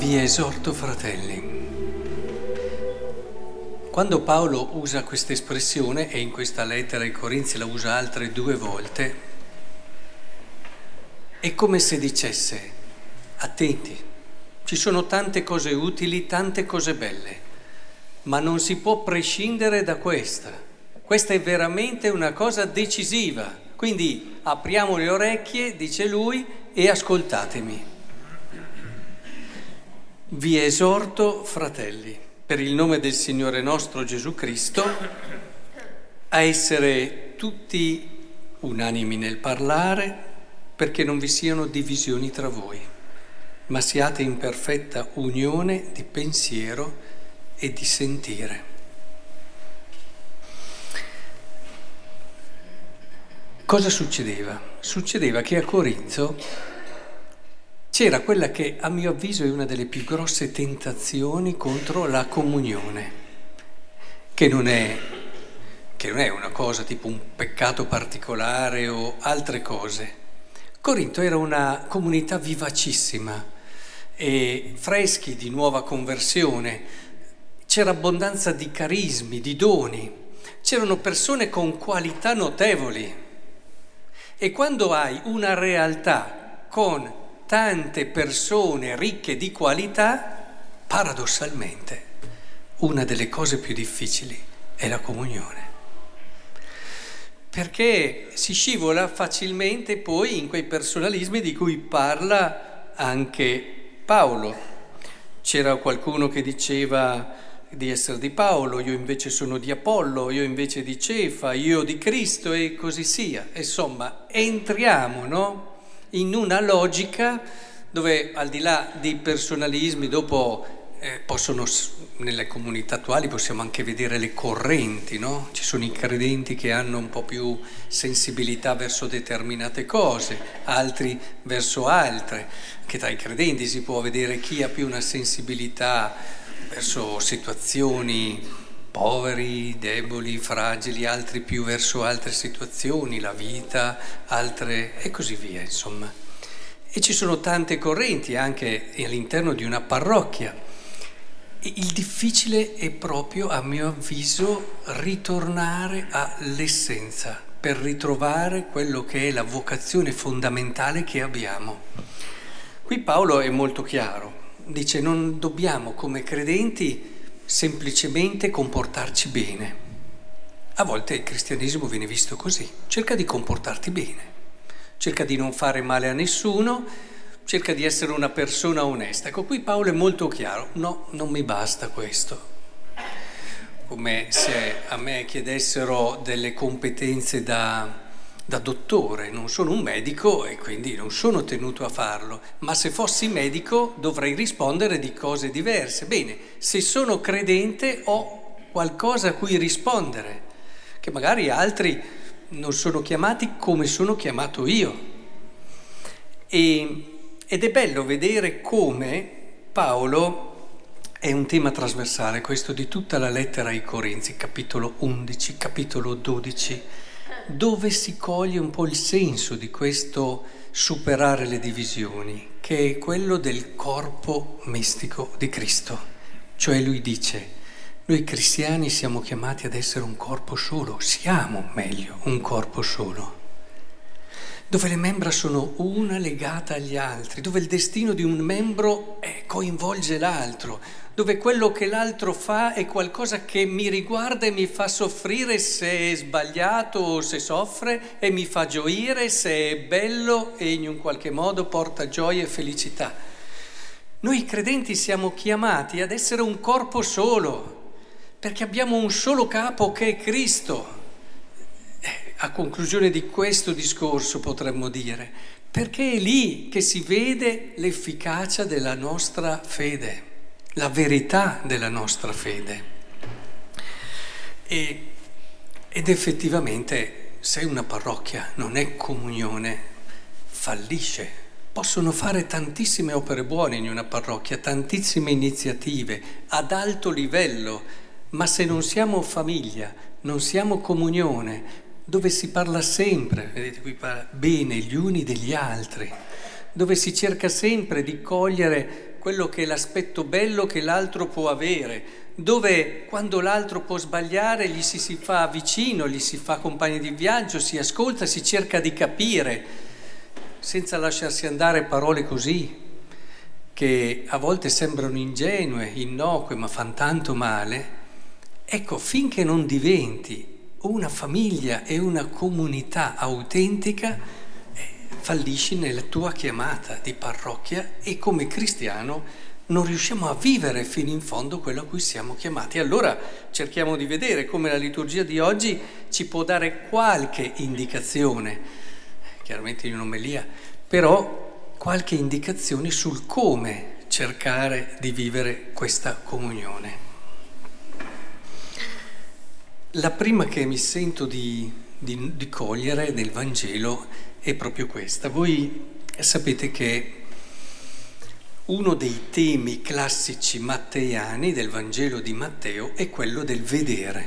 Vi esorto, fratelli. Quando Paolo usa questa espressione, e in questa lettera ai Corinzi la usa altre 2 volte, è come se dicesse: attenti, ci sono tante cose utili, tante cose belle, ma non si può prescindere da questa. Questa è veramente una cosa decisiva. Quindi apriamo le orecchie, dice lui, e ascoltatemi. Vi esorto, fratelli, per il nome del Signore nostro Gesù Cristo, a essere tutti unanimi nel parlare, perché non vi siano divisioni tra voi, ma siate in perfetta unione di pensiero e di sentire. Cosa succedeva? Succedeva che a Corinto c'era quella che a mio avviso è una delle più grosse tentazioni contro la comunione, che non è una cosa tipo un peccato particolare o altre cose. Corinto era una comunità vivacissima e freschi di nuova conversione, c'era abbondanza di carismi, di doni, c'erano persone con qualità notevoli. E quando hai una realtà con tante persone ricche di qualità, paradossalmente, una delle cose più difficili è la comunione. Perché si scivola facilmente poi in quei personalismi di cui parla anche Paolo. C'era qualcuno che diceva di essere di Paolo, io invece sono di Apollo, io invece di Cefa, io di Cristo e così sia. Insomma, entriamo, no? In una logica dove al di là dei personalismi dopo possono, nelle comunità attuali possiamo anche vedere le correnti, no? Ci sono i credenti che hanno un po' più sensibilità verso determinate cose, altri verso altre. Anche tra i credenti si può vedere chi ha più una sensibilità verso situazioni poveri, deboli, fragili, altri più verso altre situazioni, la vita, altre e così via, insomma. E ci sono tante correnti anche all'interno di una parrocchia. E il difficile è proprio, a mio avviso, ritornare all'essenza, per ritrovare quello che è la vocazione fondamentale che abbiamo. Qui Paolo è molto chiaro, dice: non dobbiamo come credenti semplicemente comportarci bene. A volte il cristianesimo viene visto così: cerca di comportarti bene, cerca di non fare male a nessuno, cerca di essere una persona onesta. Ecco, qui Paolo è molto chiaro: no, non mi basta questo. Come se a me chiedessero delle competenze da dottore. Non sono un medico e quindi non sono tenuto a farlo, ma se fossi medico dovrei rispondere di cose diverse. Bene, se sono credente ho qualcosa a cui rispondere, che magari altri non sono chiamati come sono chiamato io. Ed è bello vedere come Paolo è un tema trasversale, questo di tutta la lettera ai Corinzi, capitolo 11, capitolo 12, dove si coglie un po' il senso di questo superare le divisioni, che è quello del corpo mistico di Cristo. Cioè lui dice: noi cristiani siamo chiamati ad essere un corpo solo, siamo meglio un corpo solo, dove le membra sono una legata agli altri, dove il destino di un membro coinvolge l'altro, dove quello che l'altro fa è qualcosa che mi riguarda e mi fa soffrire se è sbagliato o se soffre, e mi fa gioire se è bello e in un qualche modo porta gioia e felicità. Noi credenti siamo chiamati ad essere un corpo solo, perché abbiamo un solo capo che è Cristo. A conclusione di questo discorso potremmo dire: perché è lì che si vede l'efficacia della nostra fede, la verità della nostra fede. Ed effettivamente, se una parrocchia non è comunione, fallisce. Possono fare tantissime opere buone in una parrocchia, tantissime iniziative ad alto livello, ma se non siamo famiglia, non siamo comunione, dove si parla sempre, vedete qui parla bene gli uni degli altri, dove si cerca sempre di cogliere quello che è l'aspetto bello che l'altro può avere, dove quando l'altro può sbagliare gli si fa vicino, gli si fa compagno di viaggio, si ascolta, si cerca di capire, senza lasciarsi andare parole così, che a volte sembrano ingenue, innocue, ma fanno tanto male. Ecco, finché non diventi una famiglia e una comunità autentica, fallisci nella tua chiamata di parrocchia e come cristiano non riusciamo a vivere fino in fondo quello a cui siamo chiamati. Allora cerchiamo di vedere come la liturgia di oggi ci può dare qualche indicazione, chiaramente in un'omelia, però qualche indicazione sul come cercare di vivere questa comunione. La prima che mi sento di cogliere nel Vangelo è proprio questa. Voi sapete che uno dei temi classici matteiani del Vangelo di Matteo è quello del vedere.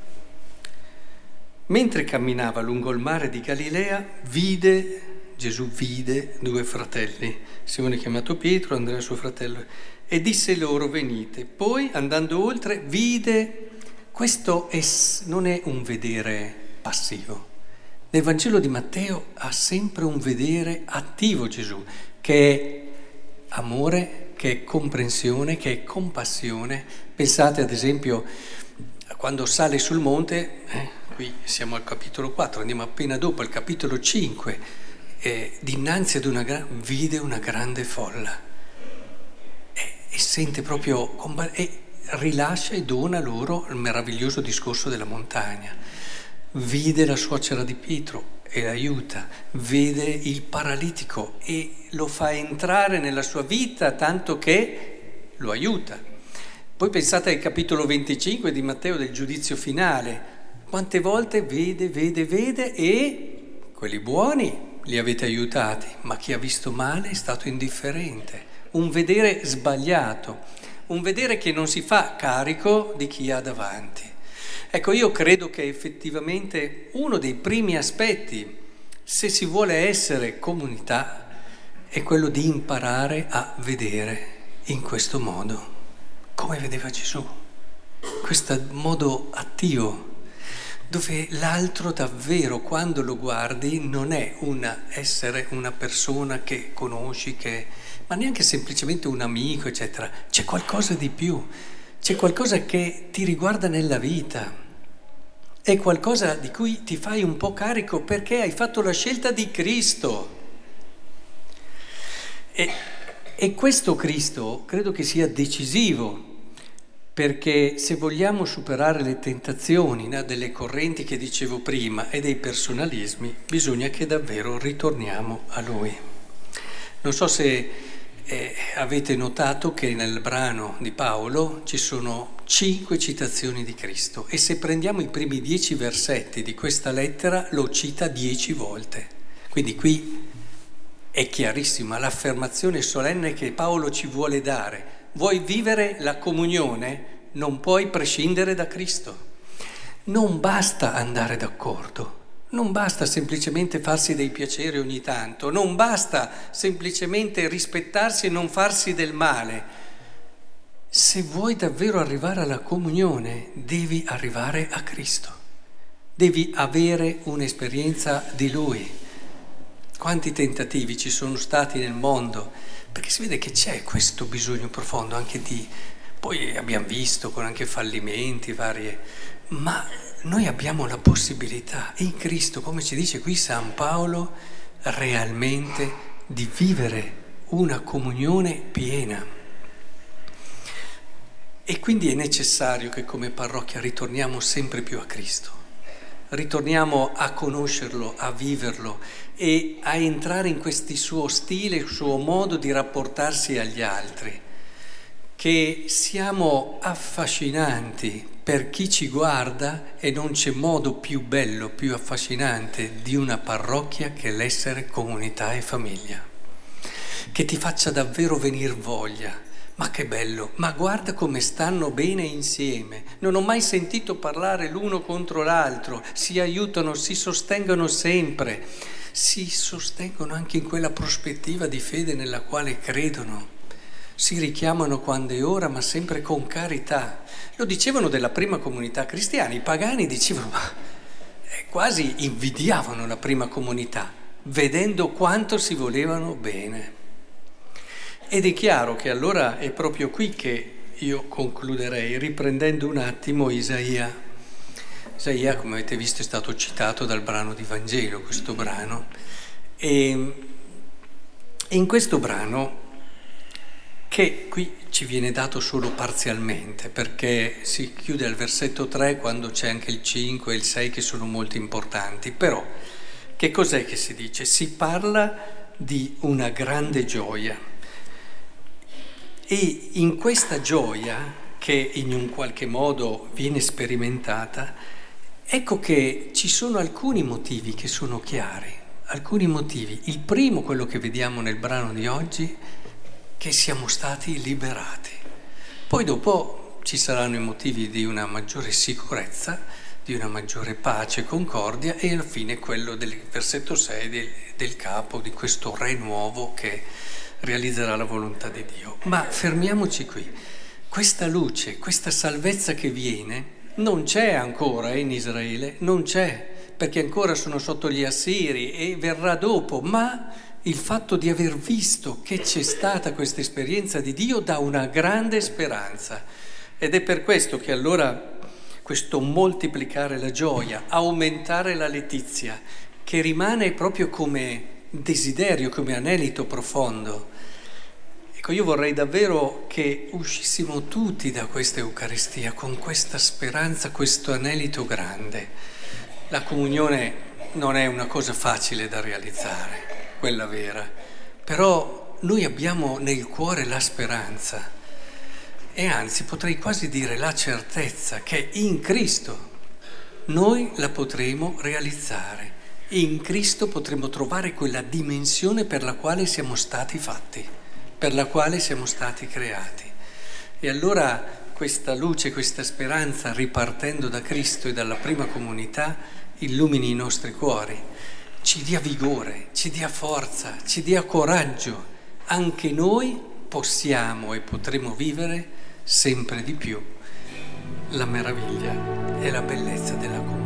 Mentre camminava lungo il mare di Galilea, Gesù vide due fratelli, Simone chiamato Pietro, Andrea suo fratello, e disse loro: venite. Poi, andando oltre, vide. Questo non è un vedere passivo. Nel Vangelo di Matteo ha sempre un vedere attivo Gesù, che è amore, che è comprensione, che è compassione. Pensate ad esempio a quando sale sul monte, qui siamo al capitolo 4, andiamo appena dopo, al capitolo 5, dinanzi ad vide una grande folla e sente proprio... rilascia e dona loro il meraviglioso discorso della montagna. Vide la suocera di Pietro e l'aiuta, vede il paralitico e lo fa entrare nella sua vita tanto che lo aiuta. Poi pensate al capitolo 25 di Matteo del giudizio finale, quante volte vede e quelli buoni li avete aiutati, ma chi ha visto male è stato indifferente. Un vedere sbagliato. Un vedere che non si fa carico di chi ha davanti. Ecco, io credo che effettivamente uno dei primi aspetti, se si vuole essere comunità, è quello di imparare a vedere in questo modo, come vedeva Gesù, questo modo attivo, dove l'altro davvero, quando lo guardi, non è essere una persona che conosci, ma neanche semplicemente un amico, eccetera. C'è qualcosa di più, c'è qualcosa che ti riguarda nella vita, è qualcosa di cui ti fai un po' carico perché hai fatto la scelta di Cristo. E questo Cristo credo che sia decisivo, perché se vogliamo superare le tentazioni, delle correnti che dicevo prima e dei personalismi, bisogna che davvero ritorniamo a Lui. Non so se avete notato che nel brano di Paolo ci sono 5 citazioni di Cristo e se prendiamo i primi 10 versetti di questa lettera lo cita 10 volte. Quindi qui è chiarissima l'affermazione solenne che Paolo ci vuole dare. Vuoi vivere la comunione? Non puoi prescindere da Cristo. Non basta andare d'accordo. Non basta semplicemente farsi dei piaceri ogni tanto, non basta semplicemente rispettarsi e non farsi del male. Se vuoi davvero arrivare alla comunione, devi arrivare a Cristo, devi avere un'esperienza di Lui. Quanti tentativi ci sono stati nel mondo, perché si vede che c'è questo bisogno profondo anche di... Poi abbiamo visto con anche fallimenti varie, ma... Noi abbiamo la possibilità in Cristo, come ci dice qui San Paolo, realmente di vivere una comunione piena. E quindi è necessario che come parrocchia ritorniamo sempre più a Cristo, ritorniamo a conoscerlo, a viverlo e a entrare in questo suo stile, il suo modo di rapportarsi agli altri, che siamo affascinanti per chi ci guarda e non c'è modo più bello, più affascinante di una parrocchia che l'essere comunità e famiglia, che ti faccia davvero venir voglia. Ma che bello, ma guarda come stanno bene insieme, non ho mai sentito parlare l'uno contro l'altro, si aiutano, si sostengono sempre, si sostengono anche in quella prospettiva di fede nella quale credono. si richiamano quando è ora, ma sempre con carità. Lo dicevano della prima comunità cristiana, i pagani dicevano, ma quasi invidiavano la prima comunità, vedendo quanto si volevano bene. Ed è chiaro che allora è proprio qui che io concluderei, riprendendo un attimo Isaia. Isaia, come avete visto, è stato citato dal brano di Vangelo, questo brano. E in questo brano, che qui ci viene dato solo parzialmente, perché si chiude al versetto 3 quando c'è anche il 5 e il 6 che sono molto importanti, però che cos'è che si dice? Si parla di una grande gioia e in questa gioia, che in un qualche modo viene sperimentata, ecco che ci sono alcuni motivi che sono chiari, alcuni motivi. Il primo, quello che vediamo nel brano di oggi, che siamo stati liberati. Poi dopo ci saranno i motivi di una maggiore sicurezza, di una maggiore pace e concordia, e alla fine quello del versetto 6 del capo, di questo re nuovo che realizzerà la volontà di Dio. Ma fermiamoci qui. Questa luce, questa salvezza che viene, non c'è ancora in Israele, non c'è, perché ancora sono sotto gli Assiri e verrà dopo, ma il fatto di aver visto che c'è stata questa esperienza di Dio dà una grande speranza. Ed è per questo che allora questo moltiplicare la gioia, aumentare la letizia, che rimane proprio come desiderio, come anelito profondo. Ecco, io vorrei davvero che uscissimo tutti da questa Eucaristia con questa speranza, questo anelito grande. La comunione non è una cosa facile da realizzare, quella vera, però noi abbiamo nel cuore la speranza e anzi potrei quasi dire la certezza che in Cristo noi la potremo realizzare. In Cristo potremo trovare quella dimensione per la quale siamo stati fatti, per la quale siamo stati creati. E allora questa luce, questa speranza, ripartendo da Cristo e dalla prima comunità, illumini i nostri cuori, ci dia vigore, ci dia forza, ci dia coraggio. Anche noi possiamo e potremo vivere sempre di più la meraviglia e la bellezza della comunità.